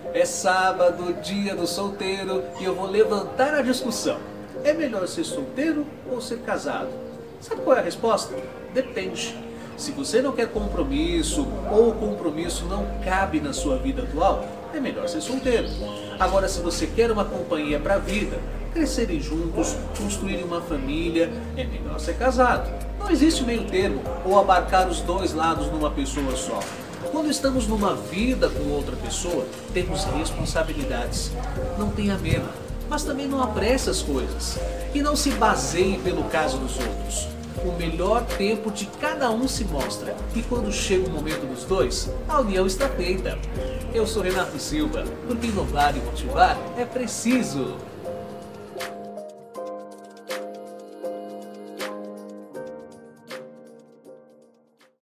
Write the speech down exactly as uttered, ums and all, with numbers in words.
É sábado, dia do solteiro, e eu vou levantar a discussão. É melhor ser solteiro ou ser casado? Sabe qual é a resposta? Depende. Se você não quer compromisso ou o compromisso não cabe na sua vida atual, é melhor ser solteiro. Agora, se você quer uma companhia para a vida, crescerem juntos, construírem uma família, é melhor ser casado. Não existe meio termo ou abarcar os dois lados numa pessoa só. Quando estamos numa vida com outra pessoa, temos responsabilidades. Não tenha medo, mas também não apresse as coisas. E não se baseie pelo caso dos outros. O melhor tempo de cada um se mostra. E quando chega o momento dos dois, a união está feita. Eu sou Renato Silva, porque inovar e motivar é preciso.